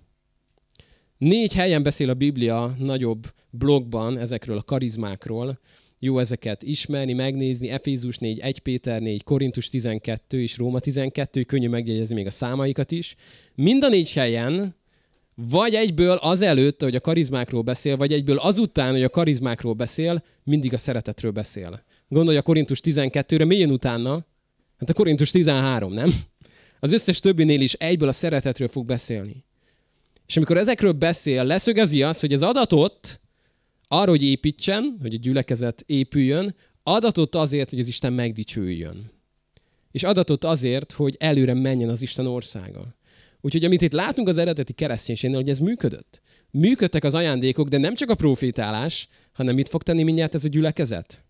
4 helyen beszél a Biblia nagyobb blogban ezekről a karizmákról. Jó ezeket ismerni, megnézni, Efézus 4, 1 Péter 4, Korintus 12 és Róma 12, könnyű megjegyezni még a számaikat is. Mind a 4 helyen, vagy egyből azelőtt, hogy a karizmákról beszél, vagy egyből azután, hogy a karizmákról beszél, mindig a szeretetről beszél. Gondolj a Korintus 12-re, mi jön utána? Hát a Korintus 13, nem? Az összes többinél is egyből a szeretetről fog beszélni. És amikor ezekről beszél, leszögezi azt, hogy az adatot arra, hogy építsen, hogy a gyülekezet épüljön, adatot azért, hogy az Isten megdicsüljön. És adatot azért, hogy előre menjen az Isten országa. Úgyhogy amit itt látunk az eredeti kereszténységnél, hogy ez működött. Működtek az ajándékok, de nem csak a profétálás, hanem mit fog tenni mindjárt ez a gyülekezet?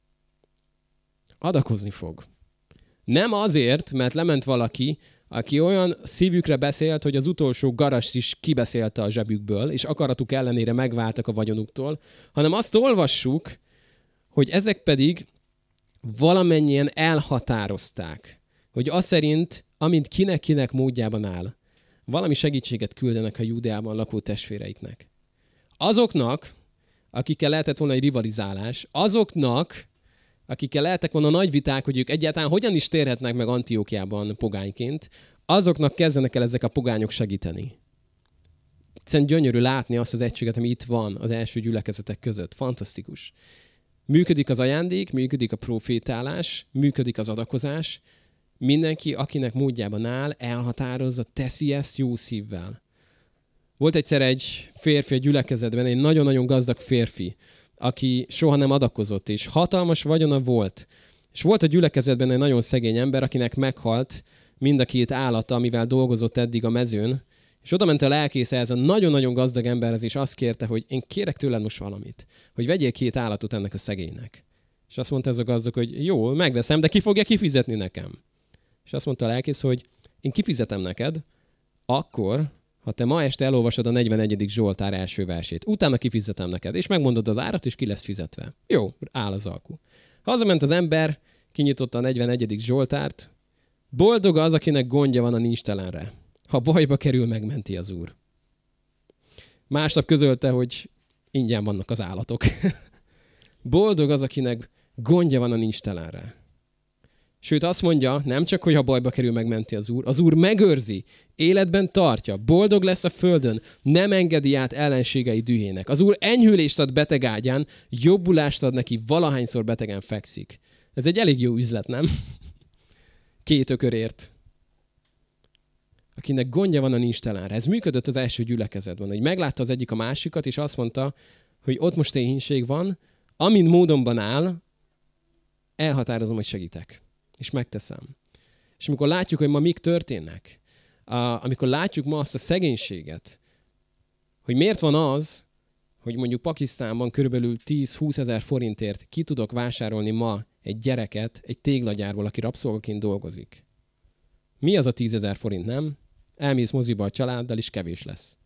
Adakozni fog. Nem azért, mert lement valaki, aki olyan szívükre beszélt, hogy az utolsó garast is kibeszélte a zsebükből, és akaratuk ellenére megváltak a vagyonuktól, hanem azt olvassuk, hogy ezek pedig valamennyien elhatározták, hogy az szerint, amint kinek módjában áll, valami segítséget küldenek a Júdeában lakó testvéreiknek. Azoknak, akikkel lehetett volna egy rivalizálás, azoknak, akikkel lehettek volna nagy viták, hogy ők egyáltalán hogyan is térhetnek meg Antiókiában pogányként, azoknak kezdenek el ezek a pogányok segíteni. Egyszerűen gyönyörű látni azt az egységet, ami itt van az első gyülekezetek között. Fantasztikus. Működik az ajándék, működik a profétálás, működik az adakozás. Mindenki, akinek módjában áll, elhatározza, teszi ezt jó szívvel. Volt egyszer egy férfi a gyülekezetben, egy nagyon-nagyon gazdag férfi, aki soha nem adakozott, és hatalmas vagyona volt. És volt a gyülekezetben egy nagyon szegény ember, akinek meghalt mind a 2 állata, amivel dolgozott eddig a mezőn, és oda ment a lelkész ehhez a nagyon-nagyon gazdag emberhez, és azt kérte, hogy én kérek tőled most valamit, hogy vegyél 2 állatot ennek a szegénynek. És azt mondta ez a gazdag, hogy jó, megveszem, de ki fogja kifizetni nekem? És azt mondta a lelkész, hogy én kifizetem neked, akkor, ha te ma este elolvasod a 41. Zsoltár első versét, utána kifizetem neked, és megmondod az árat, és ki lesz fizetve. Jó, áll az alku. Hazament az ember, kinyitotta a 41. Zsoltárt, boldog az, akinek gondja van a nincstelenre. Ha bajba kerül, megmenti az Úr. Másnap közölte, hogy ingyen vannak az állatok. Boldog az, akinek gondja van a nincstelenre. Sőt, azt mondja, nem csak, hogy ha bajba kerül, megmenti az Úr megőrzi, életben tartja, boldog lesz a földön, nem engedi át ellenségei dühének. Az Úr enyhülést ad beteg ágyán, jobbulást ad neki, valahányszor betegen fekszik. Ez egy elég jó üzlet, nem? 2 ökörért. Akinek gondja van a nincstelenre. Ez működött az első gyülekezetben, hogy meglátta az egyik a másikat, és azt mondta, hogy ott most éhínség van, amint módonban áll, elhatározom, hogy segítek. És megteszem. És amikor látjuk, hogy ma mik történnek, amikor látjuk ma azt a szegénységet, hogy miért van az, hogy mondjuk Pakisztánban körülbelül 10-20 ezer forintért ki tudok vásárolni ma egy gyereket egy téglagyárból, aki rabszolgaként dolgozik. Mi az a 10 000 forint, nem? Elmész moziba a családdal, és kevés lesz.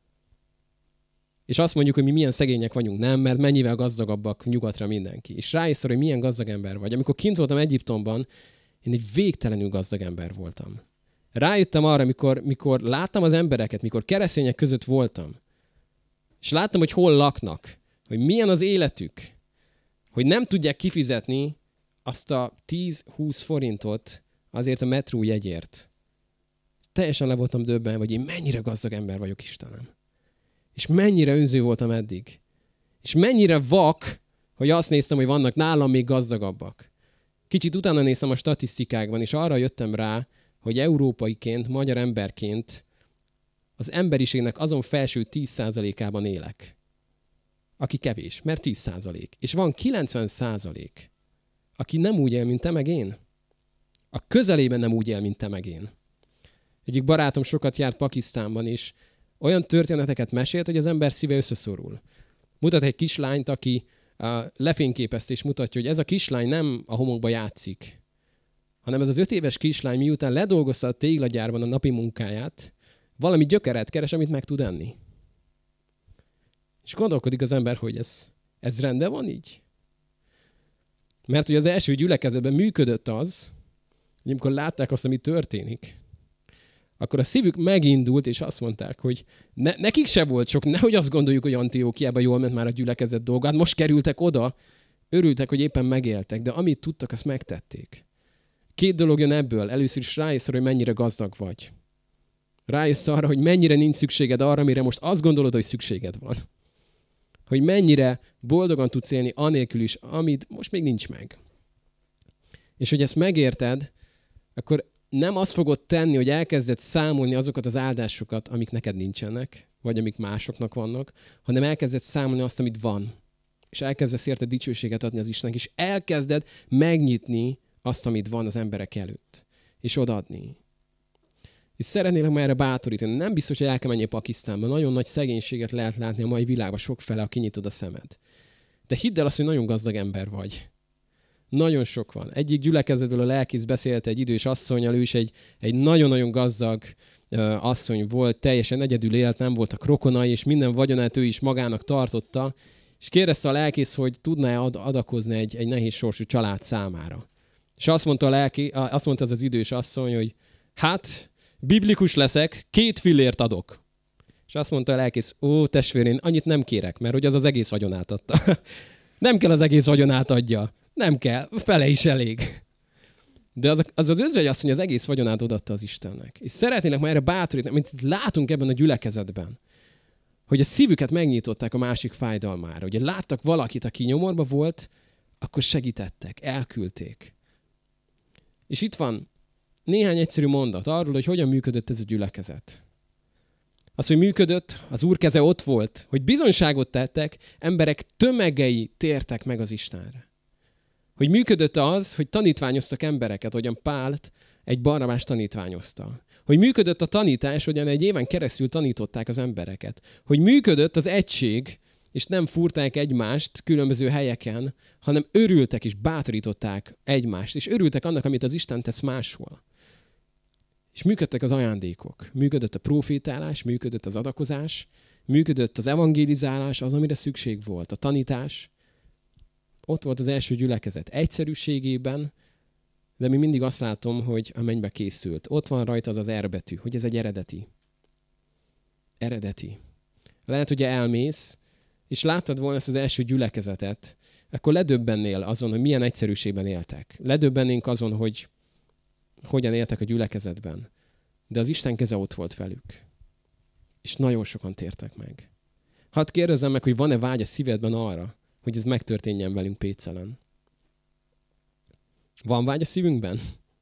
És azt mondjuk, hogy mi milyen szegények vagyunk, nem? Mert mennyivel gazdagabbak nyugatra mindenki. És rájössz, hogy milyen gazdag ember vagy. Amikor kint voltam Egyiptomban, én egy végtelenül gazdag ember voltam. Rájöttem arra, mikor láttam az embereket, mikor keresztények között voltam, és láttam, hogy hol laknak, hogy milyen az életük, hogy nem tudják kifizetni azt a 10-20 forintot azért a metró jegyért. Teljesen le voltam döbbenve, hogy én mennyire gazdag ember vagyok, Istenem. És mennyire önző voltam eddig. És mennyire vak, hogy azt néztem, hogy vannak nálam még gazdagabbak. Kicsit utána néztem a statisztikákban, és arra jöttem rá, hogy európaiként, magyar emberként az emberiségnek azon felső 10%-ában élek. Aki kevés, mert 10%. És van 90%, aki nem úgy él, mint te meg én. A közelében nem úgy él, mint te meg én. Egyik barátom sokat járt Pakisztánban is, olyan történeteket mesélt, hogy az ember szíve összeszorul. Mutat egy kislányt, aki lefényképezte és mutatja, hogy ez a kislány nem a homokba játszik, hanem ez az 5 éves kislány miután ledolgozta a téglagyárban a napi munkáját, valami gyökeret keres, amit meg tud enni. És gondolkodik az ember, hogy ez rendben van így? Mert hogy az első gyülekezetben működött az, hogy amikor látták azt, ami történik, akkor a szívük megindult, és azt mondták, hogy nekik se volt sok, nehogy azt gondoljuk, hogy Antiókiában jól ment már a gyülekezet dolga. Hát most kerültek oda, örültek, hogy éppen megéltek, de amit tudtak, azt megtették. 2 dolog jön ebből. Először is rájössz arra, hogy mennyire gazdag vagy. Rájössz arra, hogy mennyire nincs szükséged arra, amire most azt gondolod, hogy szükséged van. Hogy mennyire boldogan tudsz élni anélkül is, amit most még nincs meg. És hogy ezt megérted, akkor nem azt fogod tenni, hogy elkezded számolni azokat az áldásokat, amik neked nincsenek, vagy amik másoknak vannak, hanem elkezded számolni azt, amit van. És elkezdesz érte dicsőséget adni az Istennek, és elkezded megnyitni azt, amit van az emberek előtt. És odaadni. És szeretnélek már erre bátorítani. Nem biztos, hogy el kell menni Pakisztánba. Nagyon nagy szegénységet lehet látni a mai világban sokfele, ha kinyitod a szemed. De hidd el azt, hogy nagyon gazdag ember vagy. Nagyon sok van. Egyik gyülekezetből a lelkész beszélt egy idős asszonnyal, ő is egy nagyon-nagyon gazdag asszony volt, teljesen egyedül élt, nem voltak rokonai, és minden vagyonát ő is magának tartotta, és kérdezte a lelkész, hogy tudná-e adakozni egy nehéz sorsú család számára. És azt mondta az idős asszony, hogy hát, biblikus leszek, 2 fillért adok. És azt mondta a lelkész, ó testvérén, annyit nem kérek, mert hogy az egész vagyonát adta. Nem kell az egész vagyonát adja. Nem kell, fele is elég. De az özvegy asszony az egész vagyonát odaadta az Istennek. És szeretnének már erre bátorítani, mint itt látunk ebben a gyülekezetben, hogy a szívüket megnyitották a másik fájdalmára. Ugye láttak valakit, aki nyomorba volt, akkor segítettek, elküldték. És itt van néhány egyszerű mondat arról, hogy hogyan működött ez a gyülekezet. Az, hogy működött, az Úr keze ott volt, hogy bizonyságot tettek, emberek tömegei tértek meg az Istenre. Hogy működött az, hogy tanítványoztak embereket, hogyan Pált egy Barnabást tanítványozta. Hogy működött a tanítás, hogyan egy éven keresztül tanították az embereket. Hogy működött az egység, és nem fúrták egymást különböző helyeken, hanem örültek és bátorították egymást, és örültek annak, amit az Isten tesz máshol. És működtek az ajándékok. Működött a profétálás, működött az adakozás, működött az evangélizálás, az, amire szükség volt, a tanítás. Ott volt az első gyülekezet egyszerűségében, de még mindig azt látom, hogy a mennybe készült. Ott van rajta az R betű, hogy ez egy eredeti. Eredeti. Lehet, hogy elmész, és láttad volna ezt az első gyülekezetet, akkor ledöbbennél azon, hogy milyen egyszerűségben éltek. Ledöbbennénk azon, hogy hogyan éltek a gyülekezetben. De az Isten keze ott volt velük. És nagyon sokan tértek meg. Hadd kérdezzem meg, hogy van-e vágy a szívedben arra, hogy ez megtörténjen velünk Pécelen. Van vágy a szívünkben?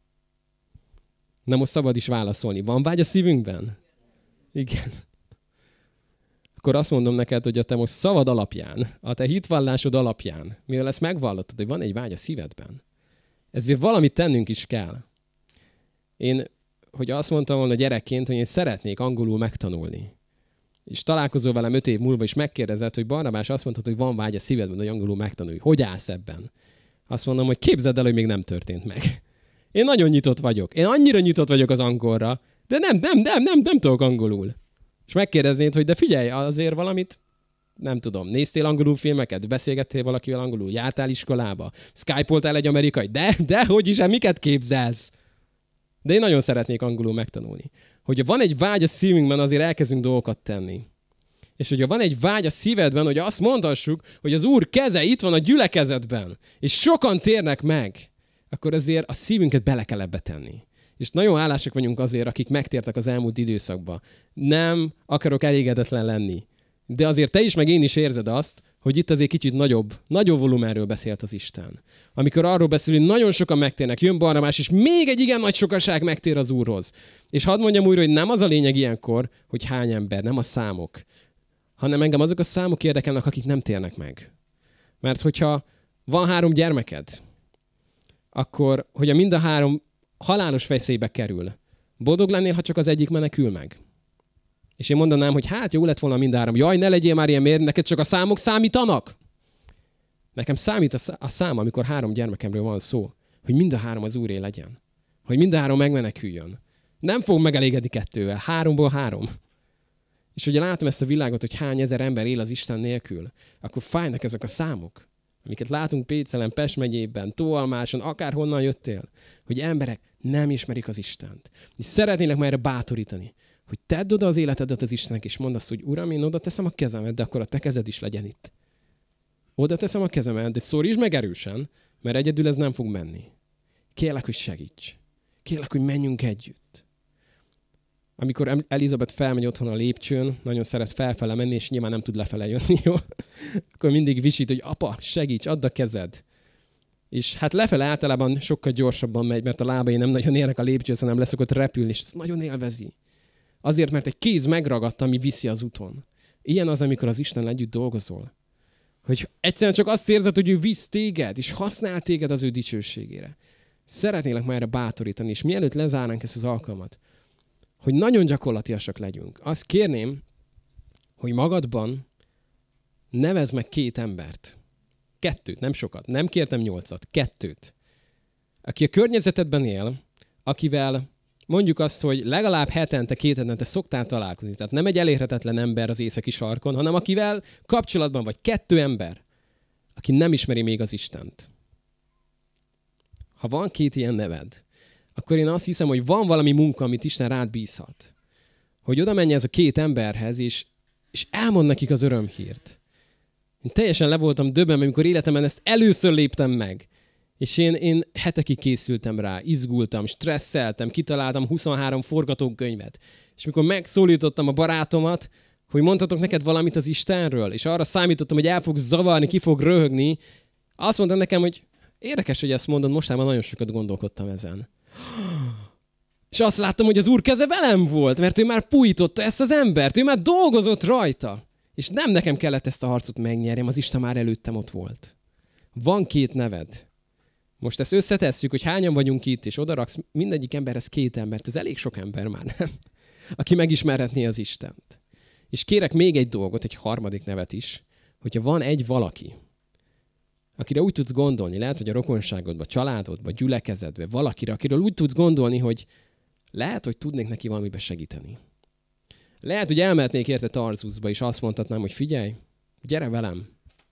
Na most szabad is válaszolni. Van vágy a szívünkben? Igen. Akkor azt mondom neked, hogy a te most szavad alapján, a te hitvallásod alapján, mivel ezt megvallottad, hogy van egy vágy a szívedben, ezért valamit tennünk is kell. Én, hogy azt mondtam volna gyerekként, hogy én szeretnék angolul megtanulni. És találkozol velem 5 év múlva, és megkérdezed, hogy Barnabás azt mondta, hogy van vágy a szívedben, hogy angolul megtanulj. Hogy állsz ebben? Azt mondom, hogy képzeld el, hogy még nem történt meg. Én nagyon nyitott vagyok. Én annyira nyitott vagyok az angolra, de nem tudok angolul. És megkérdeznéd, hogy de figyelj, azért valamit, nem tudom, néztél angolul filmeket, beszélgettél valakivel angolul, jártál iskolába, skype-oltál egy amerikai, de hogy is, miket képzelsz? De én nagyon szeretnék angolul megtanulni. Hogyha van egy vágy a szívünkben, azért elkezdünk dolgokat tenni. És hogyha van egy vágy a szívedben, hogy azt mondhassuk, hogy az Úr keze itt van a gyülekezetben, és sokan térnek meg, akkor azért a szívünket bele kell ebbe tenni. És nagyon hálásak vagyunk azért, akik megtértek az elmúlt időszakban. Nem akarok elégedetlen lenni. De azért te is, meg én is érzed azt, hogy itt azért kicsit nagyobb volumenről beszélt az Isten. Amikor arról beszél, hogy nagyon sokan megtérnek, jön Barnabás, és még egy igen nagy sokaság megtér az Úrhoz. És hadd mondjam újra, hogy nem az a lényeg ilyenkor, hogy hány ember, nem a számok, hanem engem azok a számok érdekelnek, akik nem térnek meg. Mert hogyha van 3 gyermeked, akkor, hogyha mind a 3 halálos veszélybe kerül, boldog lennél, ha csak az egyik menekül meg? És én mondanám, hogy hát jó lett volna mind a 3. Jaj, ne legyél már ilyen, miért neked csak a számok számítanak? Nekem számít a szám, amikor 3 gyermekemről van szó, hogy mind a 3 az Úré legyen. Hogy mind a 3 megmeneküljön. Nem fog megelégedni 2-vel, 3-ból 3. És hogyha látom ezt a világot, hogy hány ezer ember él az Isten nélkül, akkor fájnak ezek a számok, amiket látunk Pécelen, Pest megyében, Tóalmáson, akárhonnan jöttél, hogy emberek nem ismerik az Istent. És szeretnélek már erre bátorítani, hogy tedd oda az életedet az Istennek, és mondd azt, hogy Uram, én oda teszem a kezemet, de akkor a te kezed is legyen itt. Oda teszem a kezemet, de szorítsd meg erősen, mert egyedül ez nem fog menni. Kérlek, hogy segíts. Kérlek, hogy menjünk együtt. Amikor Elizabeth felmegy otthon a lépcsőn, nagyon szeret felfele menni, és nyilván nem tud lefele jönni, jó? Akkor mindig visít, hogy apa, segíts, add a kezed. És hát lefele általában sokkal gyorsabban megy, mert a lábai nem nagyon érnek a lépcsőn, hanem leszokott repülni, és ezt nagyon élvezi. Azért, mert egy kéz megragadta, ami viszi az úton. Ilyen az, amikor az Istennel együtt dolgozol. Hogy egyszerűen csak azt érzed, hogy ő visz téged, és használ téged az ő dicsőségére. Szeretnélek már erre bátorítani, és mielőtt lezárnánk ezt az alkalmat, hogy nagyon gyakorlatiasak legyünk. Azt kérném, hogy magadban nevezd meg 2 embert. 2, nem sokat. Nem kértem 8, 2. Aki a környezetedben él, akivel mondjuk azt, hogy legalább 2 hetente szoktál találkozni. Tehát nem egy elérhetetlen ember az északi sarkon, hanem akivel kapcsolatban vagy 2 ember, aki nem ismeri még az Istent. Ha van 2 ilyen neved, akkor én azt hiszem, hogy van valami munka, amit Isten rád bízhat. Hogy oda menj ez a 2 emberhez, és elmond nekik az örömhírt. Én teljesen le voltam döbbenve, amikor életemben ezt először léptem meg. És én hetekig készültem rá, izgultam, stresszeltem, kitaláltam 23 forgatókönyvet. És mikor megszólítottam a barátomat, hogy mondhatok neked valamit az Istenről, és arra számítottam, hogy el fog zavarni, ki fog röhögni, azt mondta nekem, hogy érdekes, hogy ezt mondod, mostában nagyon sokat gondolkodtam ezen. És azt láttam, hogy az Úr keze velem volt, mert ő már pújította ezt az embert, ő már dolgozott rajta. És nem nekem kellett ezt a harcot megnyerjem, az Isten már előttem ott volt. Van 2 neved. Most ezt összetesszük, hogy hányan vagyunk itt, és odaraksz mindegyik emberhez 2 embert. Ez elég sok ember már, nem? Aki megismerhetné az Istent. És kérek még egy dolgot, egy harmadik nevet is, hogyha van egy valaki, akire úgy tudsz gondolni, lehet, hogy a rokonságodba, családodba, gyülekezetbe, valakire, akiről úgy tudsz gondolni, hogy lehet, hogy tudnék neki valamibe segíteni. Lehet, hogy elmehetnék érte Tarzuszba, és azt mondhatnám, hogy figyelj, gyere velem.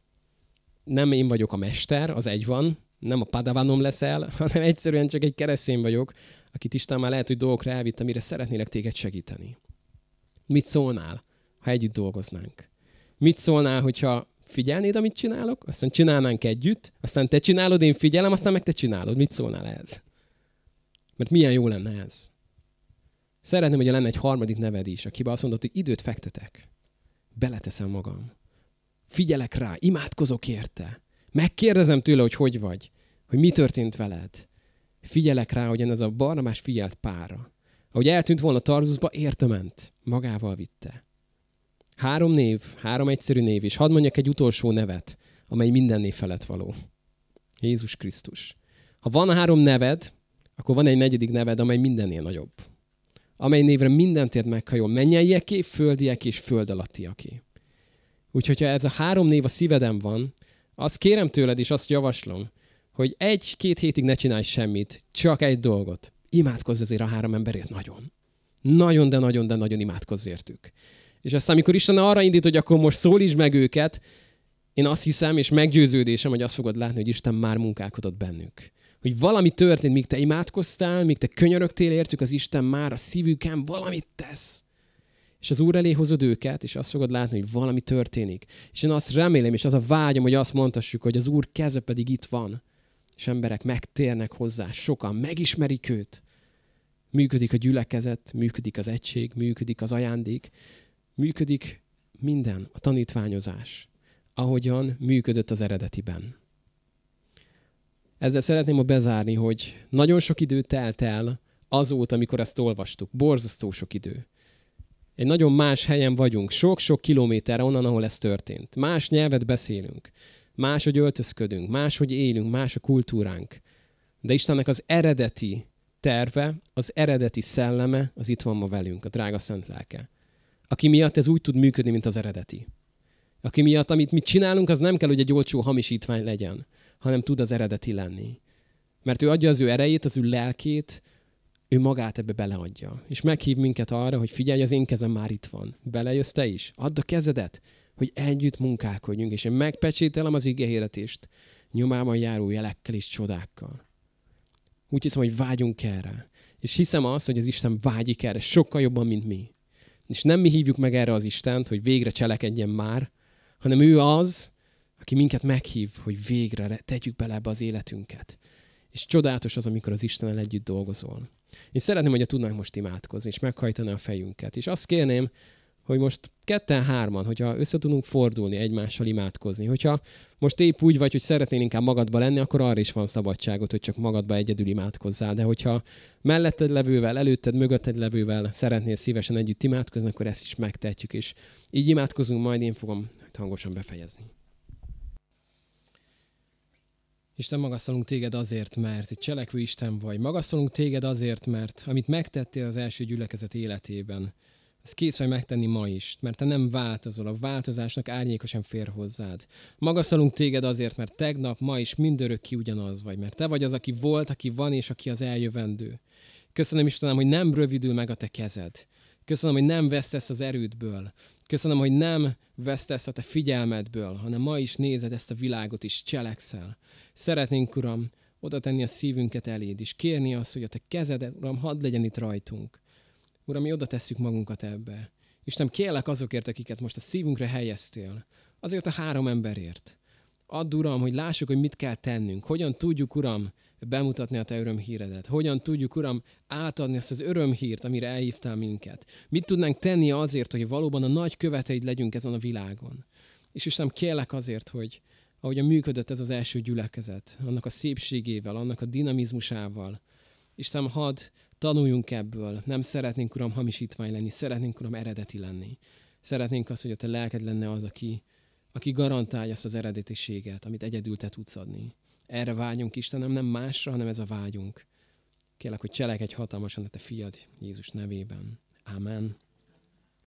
Nem én vagyok a mester, az egy van, nem a padavanom leszel, hanem egyszerűen csak egy keresztény vagyok, akit Isten már lehet, hogy dolgokra elvitt, amire szeretnélek téged segíteni. Mit szólnál, ha együtt dolgoznánk? Mit szólnál, hogyha figyelnéd, amit csinálok, aztán csinálnánk együtt, aztán te csinálod, én figyelem, aztán meg te csinálod. Mit szólnál ehhez? Mert milyen jó lenne ez? Szeretném, hogy lenne egy harmadik neved is, akiben azt mondod, hogy időt fektetek. Beleteszem magam. Figyelek rá, imádkozok érte. Megkérdezem tőle, hogy vagy, hogy mi történt veled. Figyelek rá, hogyan ez a Barnabás figyelt Pálra. Ahogy eltűnt volna Tarzuszba, érte ment, magával vitte. 3 név, 3 egyszerű név, és hadd mondjak egy utolsó nevet, amely minden név felett való. Jézus Krisztus. Ha van 3 neved, akkor van egy 4. neved, amely mindennél nagyobb. Amely névre minden térd meghajol, mennyelieké, földiek és föld alattiaké. Úgyhogy ha ez a 3 név a szíveden van, azt kérem tőled, és azt javaslom, hogy 1-2 hétig ne csinálj semmit, csak egy dolgot. Imádkozz azért a 3 emberért nagyon. Nagyon, de nagyon imádkozz értük. És aztán, amikor Isten arra indít, hogy akkor most szólítsd meg őket, én azt hiszem, és meggyőződésem, hogy azt fogod látni, hogy Isten már munkálkodott bennük. Hogy valami történt, míg te imádkoztál, míg te könyörögtél értük, az Isten már a szívüken valamit tesz. És az Úr elé hozod őket, és azt fogod látni, hogy valami történik. És én azt remélem, és az a vágyam, hogy azt mondhassuk, hogy az Úr keze pedig itt van. És emberek megtérnek hozzá, sokan megismerik őt. Működik a gyülekezet, működik az egység, működik az ajándék, működik minden, a tanítványozás. ahogyan működött az eredetiben. Ezzel szeretném ma bezárni, hogy nagyon sok idő telt el azóta, amikor ezt olvastuk. Borzasztó sok idő. Egy nagyon más helyen vagyunk, sok-sok kilométerre onnan, ahol ez történt. Más nyelvet beszélünk, máshogy öltözködünk, máshogy élünk, más a kultúránk. De Istennek az eredeti terve, az eredeti szelleme, az itt van ma velünk, a drága szent lelke. Aki miatt ez úgy tud működni, mint az eredeti. Aki miatt, amit mi csinálunk, az nem kell, hogy egy olcsó hamisítvány legyen, hanem tud az eredeti lenni. Mert ő adja az ő erejét, az ő lelkét, ő magát ebbe beleadja. És meghív minket arra, hogy figyelj, az én kezem már itt van. Belejössz te is? Add a kezedet, hogy együtt munkálkodjunk, és én megpecsételem az igéhirdetést nyomában járó jelekkel és csodákkal. Úgy hiszem, hogy vágyunk erre. És hiszem azt, hogy az Isten vágyik erre sokkal jobban, mint mi. És nem mi hívjuk meg erre az Istent, hogy végre cselekedjen már, hanem ő az, aki minket meghív, hogy végre tegyük bele ebbe az életünket. És csodálatos az, amikor az Istennel együtt dolgozol. Én szeretném, hogy tudnánk most imádkozni, és meghajtani a fejünket. És azt kérném, hogy most ketten-hárman, hogyha össze tudunk fordulni egymással imádkozni. Hogyha most épp úgy vagy, hogy szeretnél inkább magadba lenni, akkor arra is van szabadságot, hogy csak magadba egyedül imádkozzál. De hogyha melletted levővel, előtted, mögötted levővel szeretnél szívesen együtt imádkozni, akkor ezt is megtehetjük. És így imádkozunk, majd én fogom hangosan befejezni. Isten, magasztalunk téged azért, mert egy cselekvő Isten vagy. Magasztalunk téged azért, mert amit megtettél az első gyülekezet életében, ezt kész vagy megtenni ma is, mert te nem változol, a változásnak árnyéka sem fér hozzád. Magasztalunk téged azért, mert tegnap, ma is mindörökké ugyanaz vagy, mert te vagy az, aki volt, aki van és aki az eljövendő. Köszönöm, Istenem, hogy nem rövidül meg a te kezed. Köszönöm, hogy nem vesztesz az erődből. Köszönöm, hogy nem vesztesz a te figyelmedből, hanem ma is nézed ezt a világot és cselekszel. Szeretnénk, Uram, oda tenni a szívünket eléd, és kérni azt, hogy a te kezed, Uram, hadd legyen itt rajtunk. Uram, mi oda tesszük magunkat ebbe. Istenem, kérlek azokért, akiket most a szívünkre helyeztél. Azért a 3 emberért. Add, Uram, hogy lássuk, hogy mit kell tennünk. Hogyan tudjuk, Uram, bemutatni a te örömhíredet. Hogyan tudjuk, Uram, átadni ezt az örömhírt, amire elhívtál minket. Mit tudnánk tenni azért, hogy valóban a nagy követeid legyünk ezen a világon. És Istenem, kérlek azért, hogy ahogyan működött ez az első gyülekezet, annak a szépségével, annak a dinamizmusával. Istenem, hadd tanuljunk ebből. Nem szeretnénk, Uram, hamisítvány lenni, szeretnénk, Uram, eredeti lenni. Szeretnénk azt, hogy a te lelked lenne az, aki garantálja ezt az eredetiséget, amit egyedül te tudsz adni. Erre vágyunk, Istenem, nem másra, hanem ez a vágyunk. Kérlek, hogy cselekedj hatalmasan a te fiad Jézus nevében. Amen.